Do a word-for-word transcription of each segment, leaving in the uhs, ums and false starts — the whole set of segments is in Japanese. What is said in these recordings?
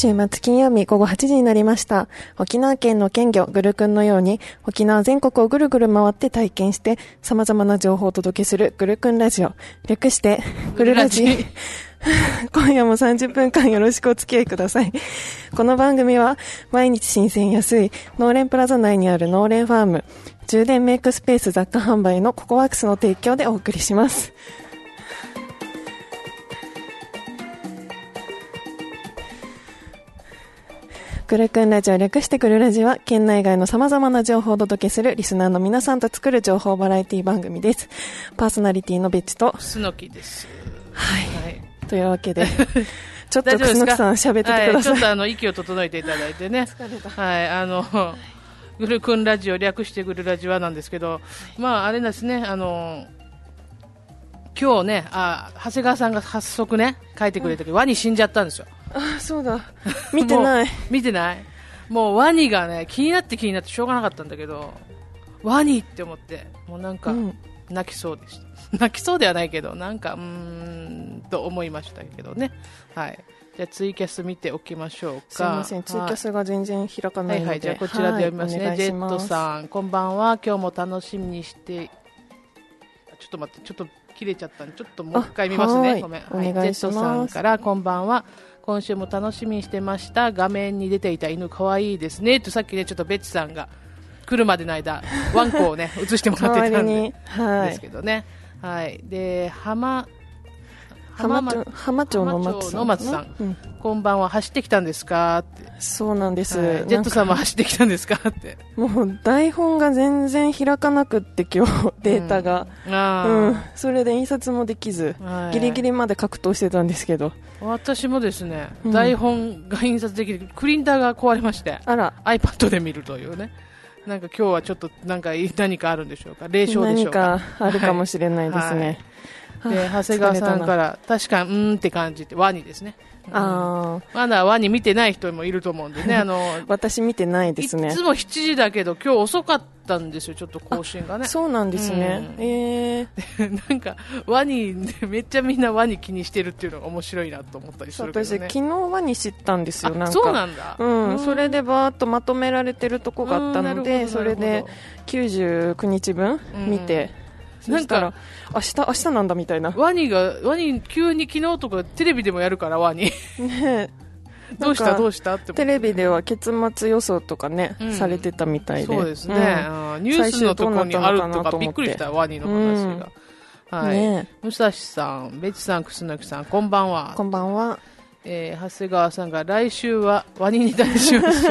週末金曜日午後はちじになりました。沖縄県の県魚グルクンのように沖縄全国をぐるぐる回って体験して様々な情報をお届けするグルクンラジオ、略してグルラジ。今夜もさんじゅっぷんかんよろしくお付き合いください。この番組は毎日新鮮安いノーレンプラザ内にあるノーレンファーム充電メイクスペース雑貨販売のココワークスの提供でお送りします。グルクンラジオ、略してグルラジは県内外の様々な情報をお届けするリスナーの皆さんと作る情報バラエティ番組です。パーソナリティのベッチとスノキです。 はい、はい、というわけでちょっとスノキさん喋っててください。 はい、ちょっとあの息を整えていただいてね。 疲れた。 はい、あの、はい、グルクンラジオ、略してグルラジはなんですけど、はい、まああれですね、あの今日ね、あ長谷川さんが早速ね書いてくれたけど、うん、ワニ死んじゃったんですよ。 あ、そうだ、見てない見てない。もうワニがね気になって気になってしょうがなかったんだけど、ワニって思ってもうなんか泣きそうでした、うん、泣きそうではないけどなんかうーんと思いましたけどね。はい、じゃあツイキャス見ておきましょうか。 すいません、ツイキャスが全然開かないので、はいはい、 じゃあこちらで読みますね、はい、ジェットさんこんばんは、今日も楽しみにして、ちょっと待って、ちょっと切れちゃったんでちょっともう一回見ますね。ごめん、はい、 お願いします。 ジェットさんからこんばんは、今週も楽しみにしてました、画面に出ていた犬かわいいですねと、さっきねちょっとベッチさんが来るまでの間ワンコをね映してもらってたんで、はい、ですけどね。はい、で浜浜町の松さん、 松さん、うん、こんばんは、走ってきたんですかって。 そうなんです、 はい、ジェットさんも走ってきたんですかって。 もう台本が全然開かなくって今日データが、うんうん、それで印刷もできず、はい、ギリギリまで格闘してたんですけど、 私もですね、うん、台本が印刷できるプリンターが壊れまして、 あら iPad で見るというね。なんか今日はちょっとなんか何かあるんでしょうか、霊障でしょうか。 何かあるかもしれないですね。 はい、で長谷川さんから確かうーんって感じてワニですね。うん、あまだワニ見てない人もいると思うんでね。あの私見てないですね。 いつもしちじだけど今日遅かったんですよ、ちょっと更新がね。 そうなんですね、うん、えー、なんかワニめっちゃみんなワニ気にしてるっていうのが面白いなと思ったりするけどね。 私昨日ワニ知ったんですよ。なんかそうなんだ、 うん、それでバーッとまとめられてるとこがあったので、それできゅうじゅうくにちぶん見て、うん、なんか明日明日なんだみたいな。 ワニがワニ急に昨日とかテレビでもやるからワニねどうしたどうしたってテレビでは結末予想とかね、うん、されてたみたいで、 そうですね、うん、ニュースのところにあるとかびっくりした、ワニの話が、うん、はい、ね、武蔵さん、ベチさん、楠木さん、こんばんは。 こんばんは。 えー、長谷川さんが来週はワニに対します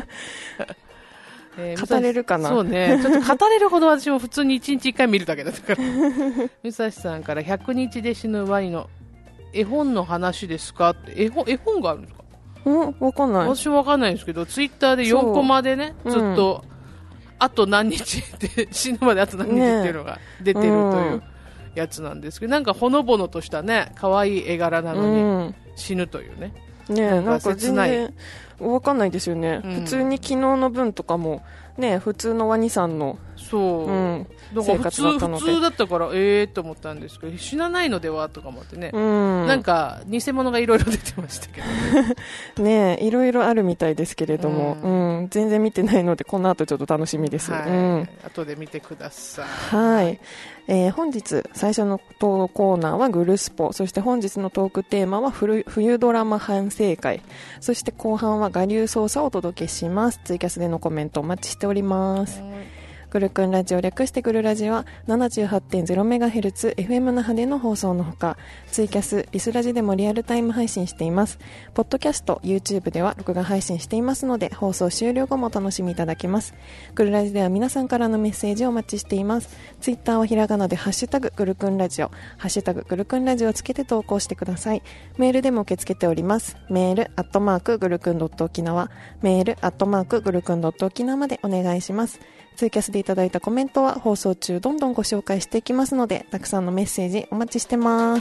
えー、語れるかな。 そうね、ちょっと語れるほど私も普通にいちにちいっかい見るだけだから武蔵さんからひゃくにちで死ぬワニの絵本の話ですかって。絵本、絵本があるんですか。 うん、わかんない。 私わかんないんですけど、ツイッターでよんコマでね、ずっと、うん、あと何日って死ぬまであと何日っていうのが出てるというやつなんですけど、ね、うん、なんかほのぼのとしたね可愛い絵柄なのに死ぬというね、 うん、ね、なんか全然わかんないですよね、うん、普通に昨日の分とかもね、普通のワニさんのそう、うん、だから普通、普通だったからえーと思ったんですけど、死なないのではとか思ってね、うん、なんか偽物がいろいろ出てましたけどねいろいろあるみたいですけれども、うんうん、全然見てないのでこの後ちょっと楽しみです、 はい、うん、後で見てください。 はい、えー、本日最初のコーナーはグルスポ、そして本日のトークテーマは冬ドラマ反省会、そして後半は我流捜査をお届けします。ツイキャスでのコメントお待ちしております。グルクンラジオ、略してグルラジは ななじゅうはちてんゼロメガヘルツ エフエム 那覇での放送のほか、ツイキャス、リスラジでもリアルタイム配信しています。ポッドキャスト、YouTube では録画配信していますので、放送終了後もお楽しみいただけます。グルラジでは皆さんからのメッセージをお待ちしています。ツイッターはひらがなでハッシュタググルクンラジオ、ハッシュタググルクンラジオをつけて投稿してください。メールでも受け付けております。メールアットマークグルクンドット沖縄、メールアットマークグルクンドット沖縄までお願いします。ツイキャスでいただいたコメントは放送中どんどんご紹介していきますので、たくさんのメッセージお待ちしてます。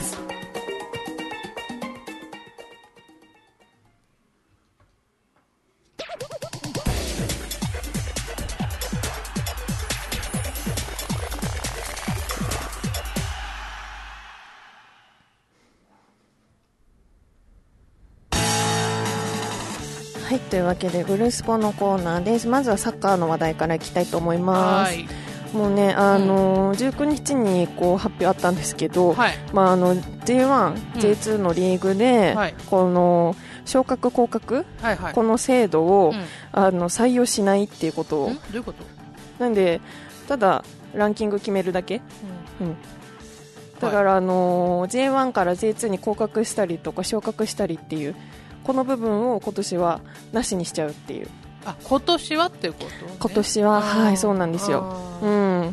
はい、というわけでグルスポのコーナーです。まずはサッカーの話題からいきたいと思います。もうね、あのー、じゅうくにちにこう発表あったんですけど、はい、まあ、あの ジェイワン、うん、ジェイツー のリーグで、はい、この昇格降格、はいはい、この制度を、うん、あの採用しないっていうことを。 んどういうこと？ なんでただランキング決めるだけ、うんうん、だから、あのー、ジェイワン から ジェイツー に降格したりとか昇格したりっていうこの部分を今年はなしにしちゃうっていう。 あ、今年はっていうこと、ね、 今年は、はい、そうなんですよ。うん、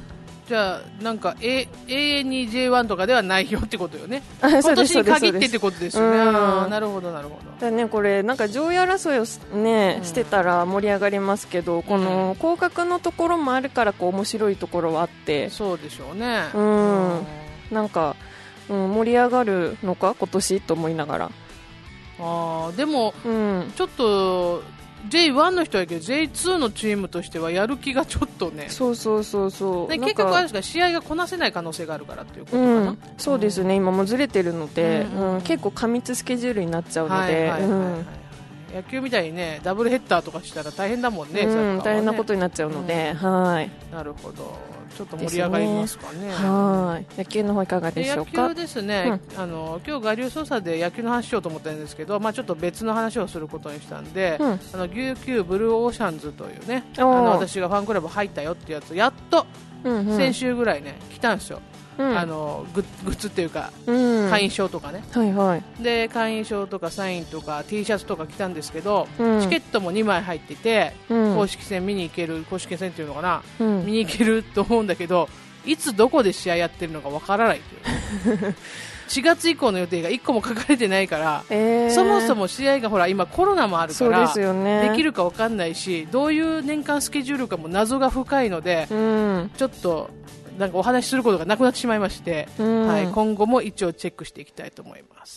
じゃあなんか、A、永遠に ジェイワン とかではないよってことよね。今年に限ってってことですよね。あ、なるほどなるほど。 だね、これなんか上位争いを、ね、うん、してたら盛り上がりますけど、この降格のところもあるからこう面白いところはあって。 そうでしょうね。 うん、うん、なんか、うん、盛り上がるのか今年と思いながら。 あ、でも、うん、ちょっとジェイワン の人はけど ジェイツー のチームとしてはやる気がちょっとね。 そうそうそうそう、 ね、結局あれですか、試合がこなせない可能性があるからっていうことかな、うん、 そうですね、うん、今もずれてるので、うんうん、結構過密スケジュールになっちゃうので、 野球みたいにねダブルヘッダーとかしたら大変だもんね、 うん、ね、大変なことになっちゃうので、うん、はい、 なるほど、ちょっと盛り上がりますかね。 はい、野球の方いかがでしょうか。 野球ですね、うん、あの今日我流捜査で野球の話しようと思ったんですけど、まあ、ちょっと別の話をすることにしたんで、うん、あの琉球ブルーオーシャンズというね、あの私がファンクラブ入ったよってやつやっと先週ぐらいね、うんうん、来たんですよ。うん、あの グ, グッズっていうか、うん、会員証とかね、 はいはい、 で会員証とかサインとか T シャツとか来たんですけど、うん、チケットもにまい入ってて、うん、公式戦見に行ける、公式戦っていうのかな、うん、見に行けると思うんだけど、いつどこで試合やってるのかわからないというしがつ以降の予定がいっこも書かれてないから、えー、そもそも試合がほら今コロナもあるから、そうですよね、できるかわかんないし、どういう年間スケジュールかも謎が深いので、うん、ちょっとなんかお話しすることがなくなってしまいまして、うん、はい、今後も一応チェックしていきたいと思います。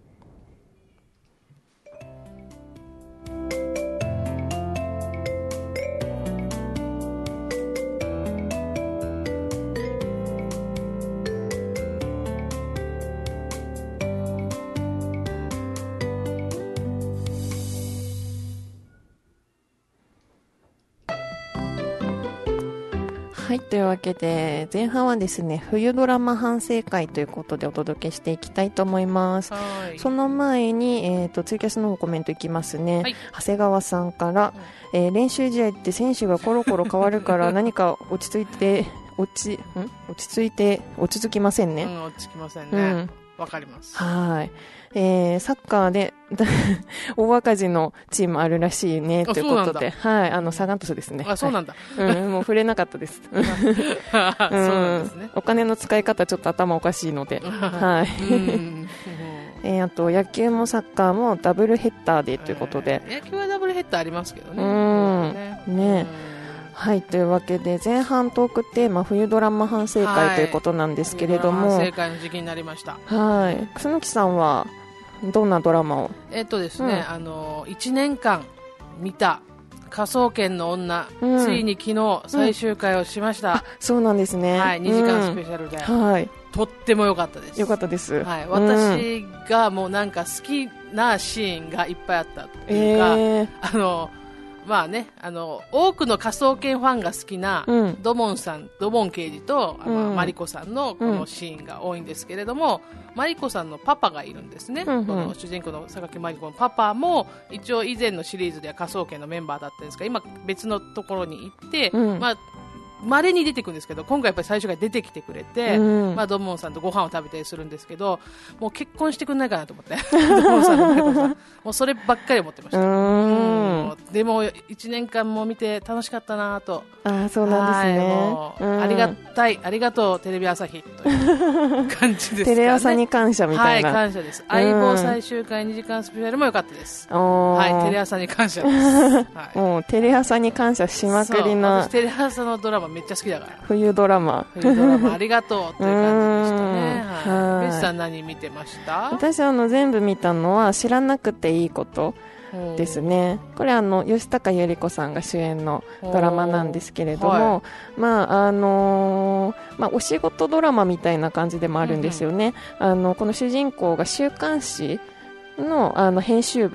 はい、というわけで前半はですね、冬ドラマ反省会ということでお届けしていきたいと思います。はい、その前に、えーと、ツイキャスのコメントいきますね。はい、長谷川さんから、うん、えー、練習試合って選手がコロコロ変わるから何か落ち着いて落ちん落ち着いて落ち着きませんね。 うん、落ち着きませんね。わ、うん、かります。 はい、えー、サッカーで大赤字のチームあるらしいねということで、はい、あのサガン鳥栖ですね。 あ、そうなんだ。 はい、うん、もう触れなかったです。うん、そうなんですね。お金の使い方ちょっと頭おかしいので、はい。えー、あと野球もサッカーもダブルヘッダーでということで、 えー、野球はダブルヘッダーありますけどね。 うんね。ね、はい、というわけで前半トークテーマ冬ドラマ反省会ということなんですけれども、 反省会の時期になりました。 はい、楠木さんはどんなドラマを。 えっとですね、うん、あのいちねんかん見た科捜研の女、うん、ついに昨日最終回をしました。うん、あ、 そうなんですね。 はい、にじかんスペシャルで、うん、はい、とっても良かったです。 良かったです。 はい、私がもうなんか好きなシーンがいっぱいあったっていうか、えー、あのまあね、あの多くの科捜研ファンが好きな、うん、ドモンさん、ドモン刑事と、うん、マリコさんのこのシーンが多いんですけれども、うん、マリコさんのパパがいるんですね。うんうん、この主人公の榊マリコのパパも一応以前のシリーズでは科捜研のメンバーだったんですが、今別のところに行って、うん、まあ稀に出てくるんですけど、今回やっぱり最初から出てきてくれて、うん、まあ、ドモンさんとご飯を食べたりするんですけど、もう結婚してくれないかなと思ってドモンさんとマリコさん、もうそればっかり思ってました。うん、でもいちねんかんも見て楽しかったなと。 あ、そうなんですね。 もう、うん、ありがたい、ありがとうテレビ朝日という感じですかね。 テレ朝に感謝みたいな。 はい、感謝です。相棒最終回にじかんスペシャルも良かったです。はい、テレ朝に感謝です。はい、 もうテレ朝に感謝しまくりな。 私テレ朝のドラマめっちゃ好きだから。 冬ドラマ。 冬ドラマありがとうという感じでしたね。はい。ベスさん何見てました？ 私あの全部見たのは知らなくていいことですね。これあの吉高由里子さんが主演のドラマなんですけれども、はい、まああのー、まあお仕事ドラマみたいな感じでもあるんですよね。うんうん、あのこの主人公が週刊誌のあの編集部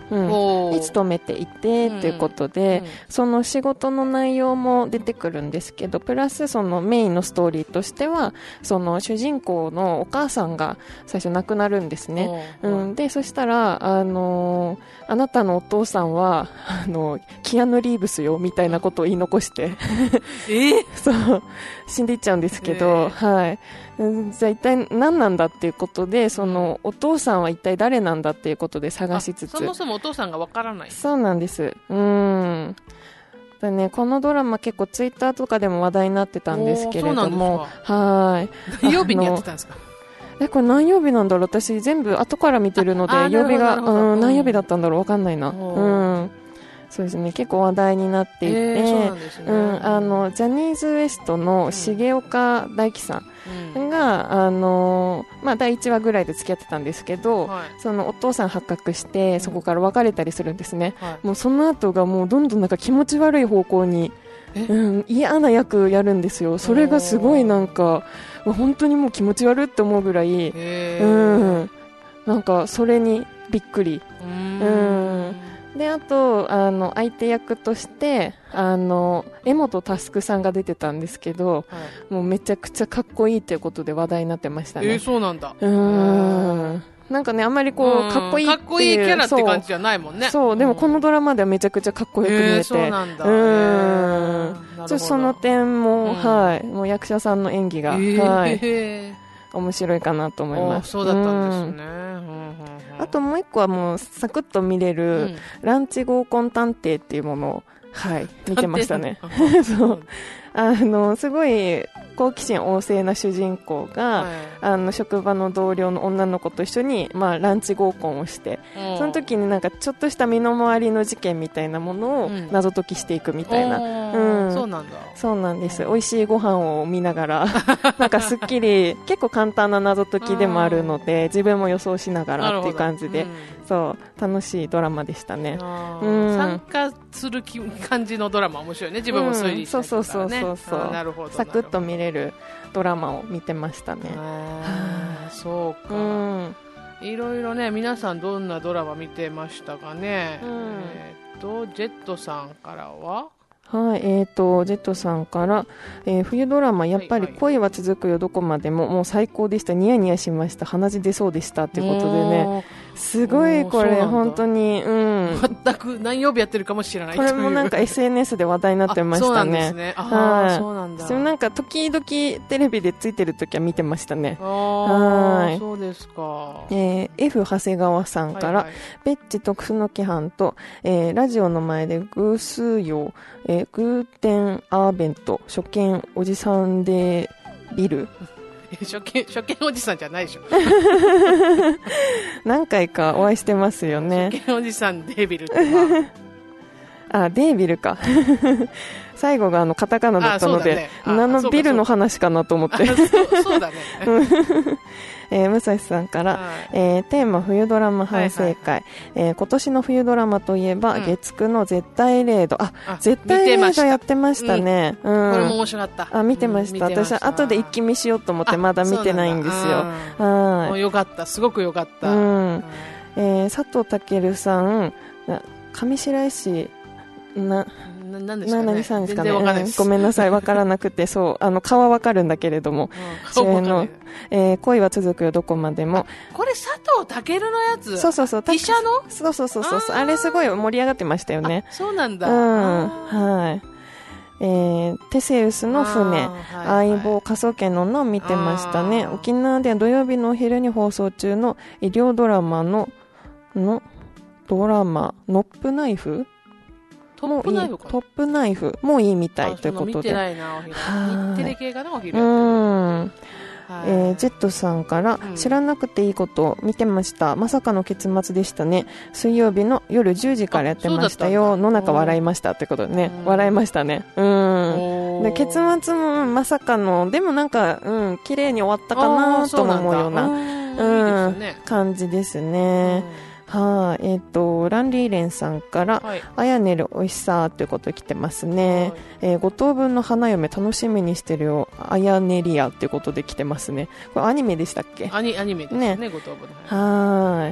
うん、に勤めていてということで、うんうん、その仕事の内容も出てくるんですけど、プラスそのメインのストーリーとしてはその主人公のお母さんが最初亡くなるんですね、うん、でそしたら、あのー、あなたのお父さんはあのキアヌ・リーブスよみたいなことを言い残してえー、 そう死んでいっちゃうんですけど、えー、はい、じゃあ一体何なんだっていうことで、そのお父さんは一体誰なんだっていうことで探しつつ、 そもそもお父さんがわからない。 そうなんです。うーんだね、このドラマ結構ツイッターとかでも話題になってたんですけれども、はい。 何曜日にやってたんですか？ え、これ何曜日なんだろう。私全部後から見てるので、曜日が、うん、何曜日だったんだろう、わかんないな。うん。そうですね、結構話題になっていて、 えーそうなんですね、 うん、あのジャニーズ ウエストの重岡大毅さんが、うん、あのまあ、だいいちわぐらいで付き合ってたんですけど、はい、そのお父さん発覚してそこから別れたりするんですね、はい、もうその後がもうどんどんなんか気持ち悪い方向に、うん、嫌な役やるんですよ。それがすごいなんか本当にもう気持ち悪いって思うぐらい、うん、なんかそれにびっくり。うんうんであとあの相手役としてあの柄本佑さんが出てたんですけど、はい、もうめちゃくちゃかっこいいということで話題になってましたね。 えー、そうなんだ。 うーんなんかねあんまりこうかっこいいっていうかっこいいキャラって感じじゃないもんね。 そう、そうでもこのドラマではめちゃくちゃかっこよく見えて、えー、そうなんだ。うーんちょっとその点も、うん、はいもう役者さんの演技が、えー、はい面白いかなと思います。 そうだったんですね。うんうんうん、 あともう一個はもうサクッと見れる、うん、ランチ合コン探偵っていうものを、はい、見てましたね。そうあのすごい好奇心旺盛な主人公が、はい、あの職場の同僚の女の子と一緒に、まあ、ランチ合コンをして、うん、その時になんかちょっとした身の回りの事件みたいなものを謎解きしていくみたいな、 うんうん、そうなんだ。 そうなんです。美味しいご飯を見ながらなんかすっきり結構簡単な謎解きでもあるので自分も予想しながらっていう感じで、うん、そう楽しいドラマでしたね、 うん、参加する感じのドラマ面白いね。自分も推理したりとかね、うん、そうそうそうそうなるほどサクッと見れるドラマを見てましたね。 あそうか、うん、いろいろね皆さんどんなドラマ見てましたかね、うん、えー、っとジェットさんからははい、えーと、ジェットさんから、えー、冬ドラマ、やっぱり恋は続くよどこまでも、もう最高でした、ニヤニヤしました、鼻血出そうでしたということでね、すごいこれ、本当に、うん、 全く何曜日やってるかも知らない。 これもなんか エスエヌエス で話題になってましたね。そうなんですね。 あ、そうなんだ。 それなんか時々テレビでついてるときは見てましたね。 はい、そうですか。 えー、F 長谷川さんから、はいはい、ベッチとクスノキハンと、えー、ラジオの前で偶数用、えー、グーテンアーベント初見おじさんでビル初見初見おじさんじゃないでしょ何回かお会いしてますよね。 初見おじさんデービルってあデービルか最後があのカタカナだったので、あ、ね、あのビルの話かなと思ってそうそうだねえー、武蔵さんから、はい、えー、テーマ冬ドラマ反省会、はいはい、えー、今年の冬ドラマといえば、うん、月くの絶対零度、ああ絶対零度やってましたね、うんうん、 これも面白かった。 あ見てました、うん、私は後で一気見しようと思ってまだ見てないんですよ。 はい、よかった、すごくよかった、 うん、えー、佐藤健さん上白石ななんですかね、 何さんですかね、うん、ごめんなさい分からなくてそうあの顔は分かるんだけれども、主演の、えー、恋は続くよどこまでも、 これ佐藤健のやつ、 そうそうそう医者のそうそうそうそうあれすごい盛り上がってましたよね。 そうなんだ、 うんはいえー、テセウスの船、はいはい、相棒科捜研の女を見てましたね。沖縄では土曜日のお昼に放送中の医療ドラマののドラマノップナイフトップナイフかな、 トップナイフもいいみたいということで、見てないなお昼、日テレ系かなお昼やってる、うんえー、ジェットさんから、うん、知らなくていいこと見てました、まさかの結末でしたね、水曜日の夜じゅうじからやってましたよ、野中笑いましたということでね、うん、笑いましたね、うんで結末もまさかのでもなんか、うん、綺麗に終わったかなとも思うような、うん、いいですね、感じですね、うんはい、えっ、ー、とランリーレンさんから、はい、あやねるおいしさということ来てますね、はい、えー、五等分の花嫁楽しみにしてるよあやねりやということで来てますね。これアニメでしたっけ？ アニ、アニメですね、ね、五等分のはい、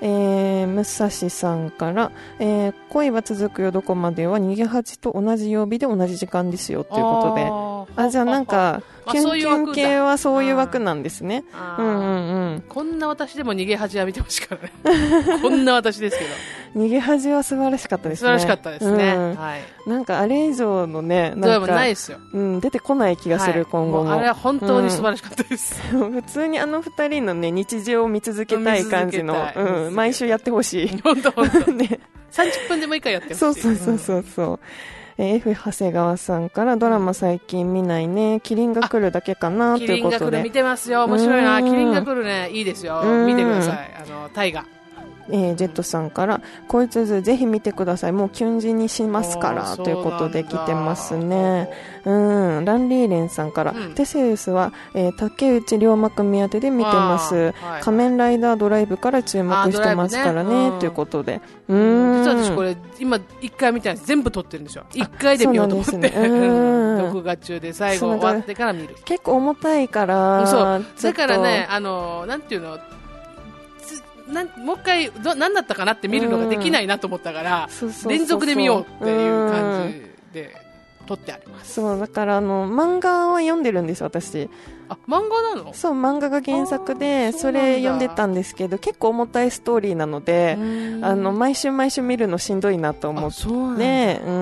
えー、武蔵さんから、えー、恋は続くよどこまでは逃げ恥と同じ曜日で同じ時間ですよということで、あ、じゃあなんかキュンキュン系はそういう枠なんですね。うんうんうん。 こんな私でも逃げ恥は見てほしいからね。こんな私ですけど。 逃げ恥は素晴らしかったですね。 素晴らしかったですね。うん、はい。 なんかあれ以上のね、なんかないですよ。 うん、出てこない気がする、はい、今後も。 もあれは本当に素晴らしかったです。 うん、普通にあの二人のね、日常を見続けたい感じの、うん、毎週やってほしい。 本当本当。ね。さんじゅっぷんでもいいからやってほしい。 そうそうそうそうそう。うんえー、F 長谷川さんからドラマ最近見ないね、キリンが来るだけかなということで。キリンが来る見てますよ、 面白いな。キリンが来るね、いいですよ、見てください。あのタイガ。 えー、ジェットさんからこいつずぜひ見てください、もうキュンジにしますからということで来てますね。うん、ランリーレンさんから、うん、テセウスは、えー、竹内涼真君目当てで見てます、はい、仮面ライダードライブから注目してますからね、ね、ということで、うん、 実は私これ今いっかい見たんです、全部撮ってるんですよ、いっかいで見ようと思って、録画中で最後終わってから見る。 結構重たいからそうだからね、あのなんていうの、なんもう一回ど何だったかなって見るのができないなと思ったから、連続で見ようっていう感じで撮ってあります。 そうだからあの漫画は読んでるんです私。 あ、漫画なの？ そう、漫画が原作でそれ読んでたんですけど、結構重たいストーリーなので、あの毎週毎週見るのしんどいなと思って、ね、うん、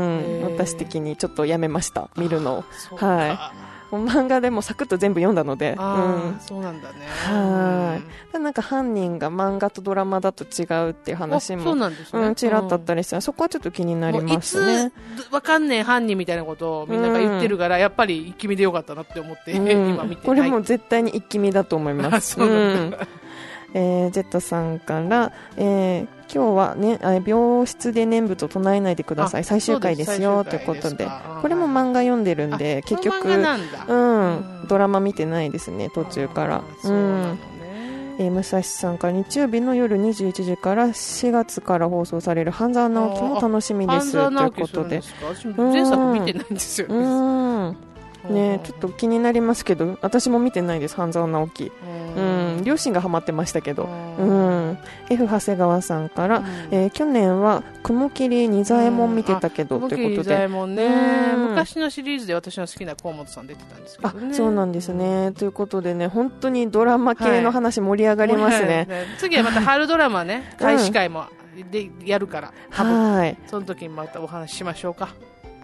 私的にちょっとやめました見るの。はい。漫画でもサクッと全部読んだので、 あ、うん、そうなんだね。 はい。なんか犯人が漫画とドラマだと違うっていう話も、 そうなんですね。 うん、ちらっとあったりして、うん、そこはちょっと気になりますね。 いつわかんねえ犯人みたいなことをみんなが言ってるから、うん、やっぱり一気見でよかったなって思って、うん、今見て。 これも絶対に一気見だと思います。そうなんだ。うんえー、ジェットさんから、えー、今日は、ね、病室で念仏を唱えないでください、最終回ですよということで、これも漫画読んでるんで、結局、うん、ドラマ見てないですね、途中から。うん、えー、武蔵さんから日曜日の夜にじゅういちじからしがつから放送される半沢直樹も楽しみですということで、 前作見てないんですよね。 うんね、ちょっと気になりますけど、私も見てないです、半沢直樹。うん、両親がハマってましたけど、うん、F 長谷川さんから、うんえー、去年は雲霧仁左衛門見てたけど、うん、ということで、仁左衛門ね、 うん、昔のシリーズで私の好きな河本さん出てたんですけどね。 あ、そうなんですね、うん、ということでね、本当にドラマ系の話盛り上がりますね、はい、 次はまた春ドラマね、開始会もでやるから、多分、はい、その時にまたお話ししましょうか。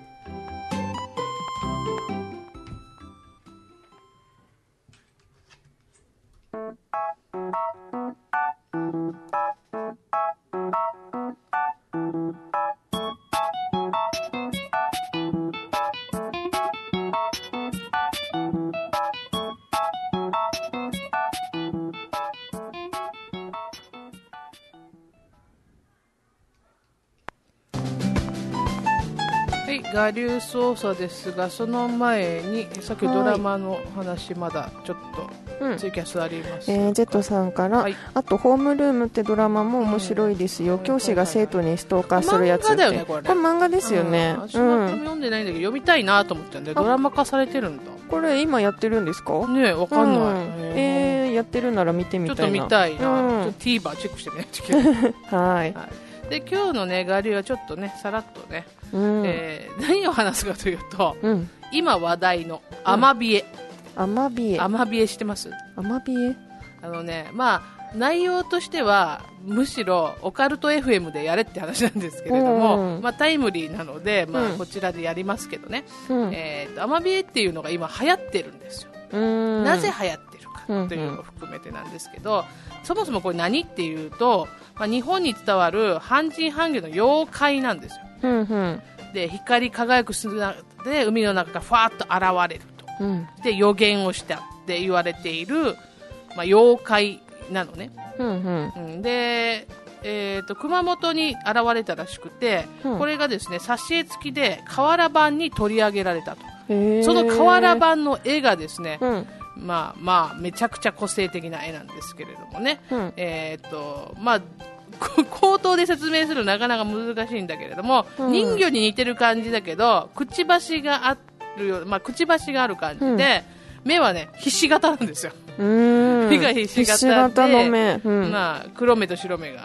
我流捜査ですが、その前にさっきドラマの話まだちょっとツイキャスあります、 うんえー、ジェットさんから、はい、あとホームルームってドラマも面白いですよ、うん、教師が生徒にストーカーするやつって、漫画だよね、これね、これ漫画ですよね、 うん、私も読んでないんだけど読みたいなと思ってんで、ドラマ化されてるんだ。 これ今やってるんですかねえ、わかんない、うん、 えー、やってるなら見てみたいな、 ちょっと見たいな、うん、ちょっと TVer チェックしてみないといけないはい、はい、で今日のね我流はちょっとねさらっとね、うんえー、何を話すかというと、うん、今話題のアマビエ、 うん、アマビエアマビエ知ってます？ アマビエあのね、まあ内容としてはむしろオカルト エフエム でやれって話なんですけれども、うんまあ、タイムリーなので、まあ、こちらでやりますけどね、うんえー、とアマビエっていうのが今流行ってるんですよ。うんなぜ流行ってるかというのを含めてなんですけど、うんうん、そもそもこれ何っていうと、まあ、日本に伝わる半人半魚の妖怪なんですよ、うんうん、で光り輝く砂で海の中からファーッと現れると、うん、で予言をしたって言われている、まあ、妖怪なのね、うんうんうん、で、えー、と熊本に現れたらしくて、うん、これがですね挿絵付きで瓦版に取り上げられたと。その瓦版の絵がですね、うんまあまあめちゃくちゃ個性的な絵なんですけれどもね、うんえーとまあ、口頭で説明するのなかなか難しいんだけれども、うん、人魚に似てる感じだけどくちばしがあるよ、まあ、くちばしがある感じで、うん、目はねひし形なんですよ。目がひし形でひし形の目、うんまあ、黒目と白目がある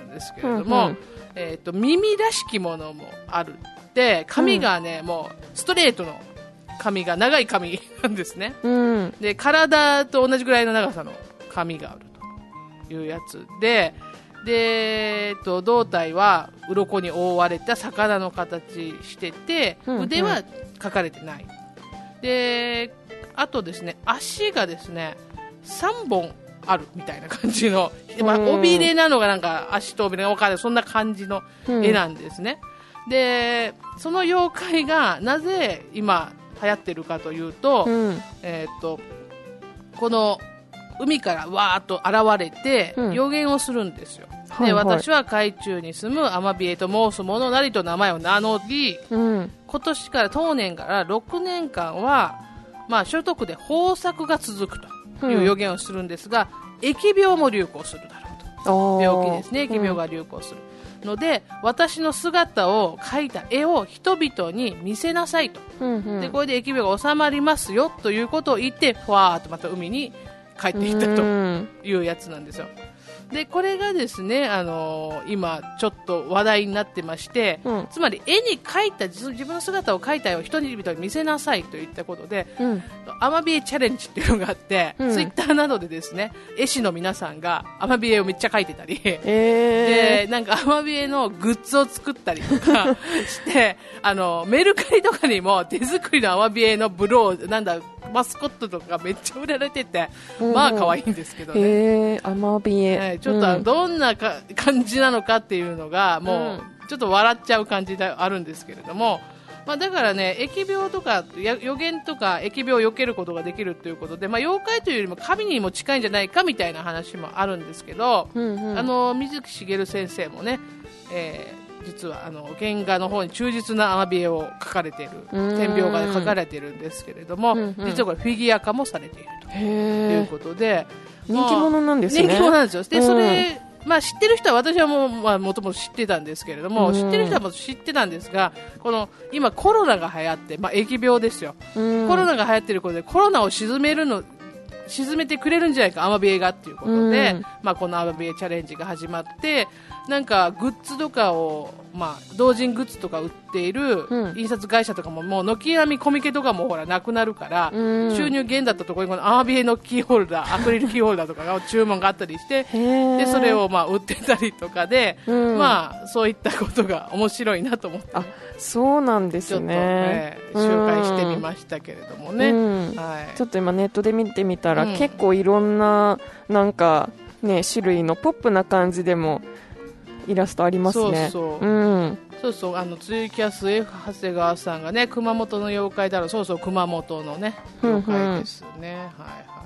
なんですけれども、 うんうんえー、と耳らしきものもあるって髪がね、うん、もうストレートの髪が長い髪なんですね、うん、で体と同じぐらいの長さの髪があるというやつで、で、えー、と胴体は鱗に覆われた魚の形してて、うんうん、腕は描かれてない。で、あとですね、足がですねさんぼんあるみたいな感じの、まあ、尾びれなのがなんか足と尾びれが分かる、そんな感じの絵なんですね、うん、でその妖怪がなぜ今流行ってるかというと、うん、えー、とこの海からわーっと現れて予言をするんですよ、うん、で、はいはい、私は海中に住むアマビエと申す者なりと名前を名乗り、うん、今年から当年からろくねんかんは、まあ、所得で豊作が続くという予言をするんですが、うん、疫病も流行するだろうと、病気ですね、疫病が流行する、うん、ので私の姿を描いた絵を人々に見せなさいと、うんうん、でこれで疫病が収まりますよということを言って、ふわーっとまた海に帰っていったというやつなんですよ。でこれがですね、あのー、今ちょっと話題になってまして、うん、つまり絵に描いた自分の姿を描いた絵を人々に見せなさいといったことで、うん、アマビエチャレンジっていうのがあって、うん、ツイッターなどでですね、絵師の皆さんがアマビエをめっちゃ描いてたり、えー、でなんかアマビエのグッズを作ったりとかしてあのメルカリとかにも手作りのアマビエのブローなんだマスコットとかめっちゃ売られてて、うん、まあ可愛いんですけどね。 へー、アマビエ、 はい、ちょっとどんなか、うん、感じなのかっていうのがもうちょっと笑っちゃう感じであるんですけれども、まあ、だからね、疫病とか予言とか疫病を避けることができるということで、まあ、妖怪というよりも神にも近いんじゃないかみたいな話もあるんですけど、うんうん、あの水木しげる先生もね、えー実はあの原画の方に忠実なアマビエを描かれている、点描画で描かれているんですけれども、うんうん、実はこれフィギュア化もされているということで、 人気者なんですね。 人気者なんですよ。で、それ、まあ、知ってる人は私はもう、まあ、もともと知ってたんですけれども、知ってる人はもう知ってたんですが、この今コロナが流行って、まあ、疫病ですよ。コロナが流行っていることでコロナを鎮めるの沈めてくれるんじゃないかアマビエがっていうことで、うんまあ、このアマビエチャレンジが始まって、なんかグッズとかを、まあ、同人グッズとか売っている印刷会社とかももう軒並みコミケとかもほらなくなるから、うん、収入源だったところにこのアマビエのキーホルダーアクリルキーホルダーとかが注文があったりしてでそれをまあ売ってたりとかで、うんまあ、そういったことが面白いなと思って、 あそうなんですね、ちょっと、 ね、紹介してみましたけれどもね、うんはい、ちょっと今ネットで見てみたら、うん、結構いろんななんか、ね、種類のポップな感じでもイラストありますね。 そうそう、うん、そうそう、あのツイキャス F 長谷川さんがね熊本の妖怪だろう、そうそう熊本のね妖怪ですね、うんうん、はいはい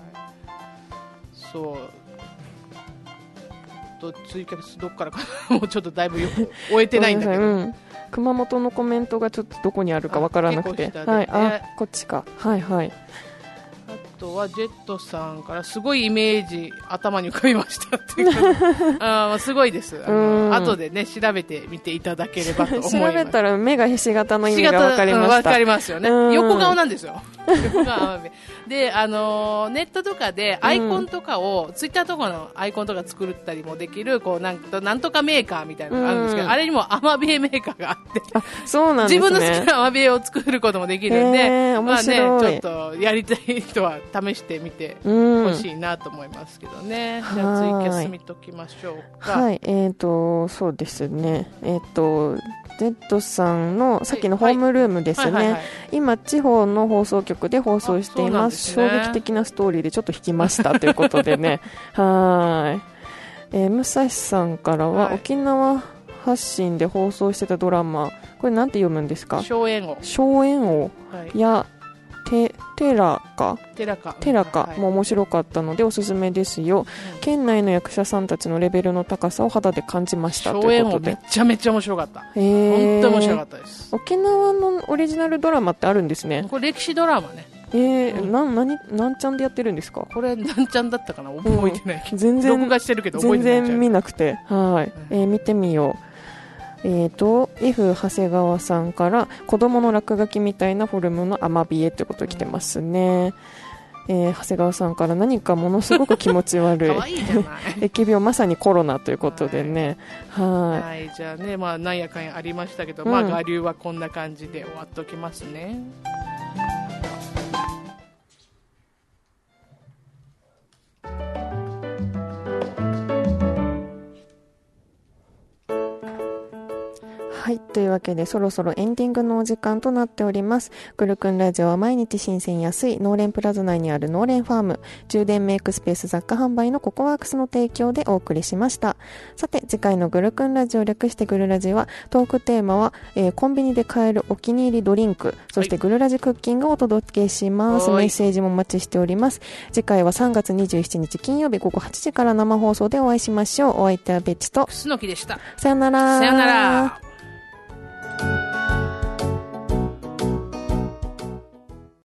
そうとツイキャスどっからかなもうちょっとだいぶよく終えてないんだけど、うん、 熊本のコメントがちょっとどこにあるかわからなくて、ね、はい、あこっちか、はいはい。 あとはジェットさんからすごいイメージ頭に浮かびましたっていうあすごいです。あの後でね調べてみていただければと思います。 調べたら目がひし形の意味が分かりました。 分かりますよね。横顔なんですよ。横顔で、あのー、ネットとかでアイコンとかを、うん、ツイッターとかのアイコンとか作ったりもできるこうなんとなんとかメーカーみたいなのがあるんですけど、うん、あれにもアマビエメーカーがあってあそうなんですね、 自分の好きなアマビエを作ることもできるんで、まあね、ちょっとやりたい人は試してみてほしいなと思いますけどね、うん、じゃあツイキャス見ときましょうか。 はい、えーとそうですね、えーとZ さんのさっきのホームルームですね、今地方の放送局で放送しています。衝撃的なストーリーでちょっと引きましたということでねはい、えー、武蔵さんからは、はい、沖縄発信で放送してたドラマ、これなんて読むんですか？ 荘園王荘園王やテ, テラかテラかテラかも面白かったのでおすすめですよ、うん、県内の役者さんたちのレベルの高さを肌で感じましたということで、 めちゃめちゃ面白かった。へー、本当に面白かったです。 沖縄のオリジナルドラマってあるんですね。 これ歴史ドラマね。 えーうん、な何なんちゃんでやってるんですか？ これなんちゃんだったかな、覚えてないけど、うん、 全然録画してるけど覚えてない。 全然見なくて、はい、うん、えー、見てみよう。えーと、F 長谷川さんから子供の落書きみたいなフォルムのアマビエってこと来てますね。 えー、長谷川さんから何かものすごく気持ち悪いかわいいじゃない疫病、まさにコロナということでね、はい、 はいはい、じゃあね、まあ、なんやかんやありましたけど、うん、まあ、我流はこんな感じで終わっときますね。 はい。というわけで、そろそろエンディングのお時間となっております。グルクンラジオは毎日新鮮安い農連プラザ内にある農連ファーム、充電メイクスペース雑貨販売のココワークスの提供でお送りしました。さて、次回のグルクンラジオ略してグルラジは、トークテーマは、えー、コンビニで買えるお気に入りドリンク、そしてグルラジクッキングをお届けします。メッセージもお待ちしております。次回はさんがつにじゅうしちにち金曜日午後はちじから生放送でお会いしましょう。お相手はベッチと、 楠木でした。 さよなら。 さよなら。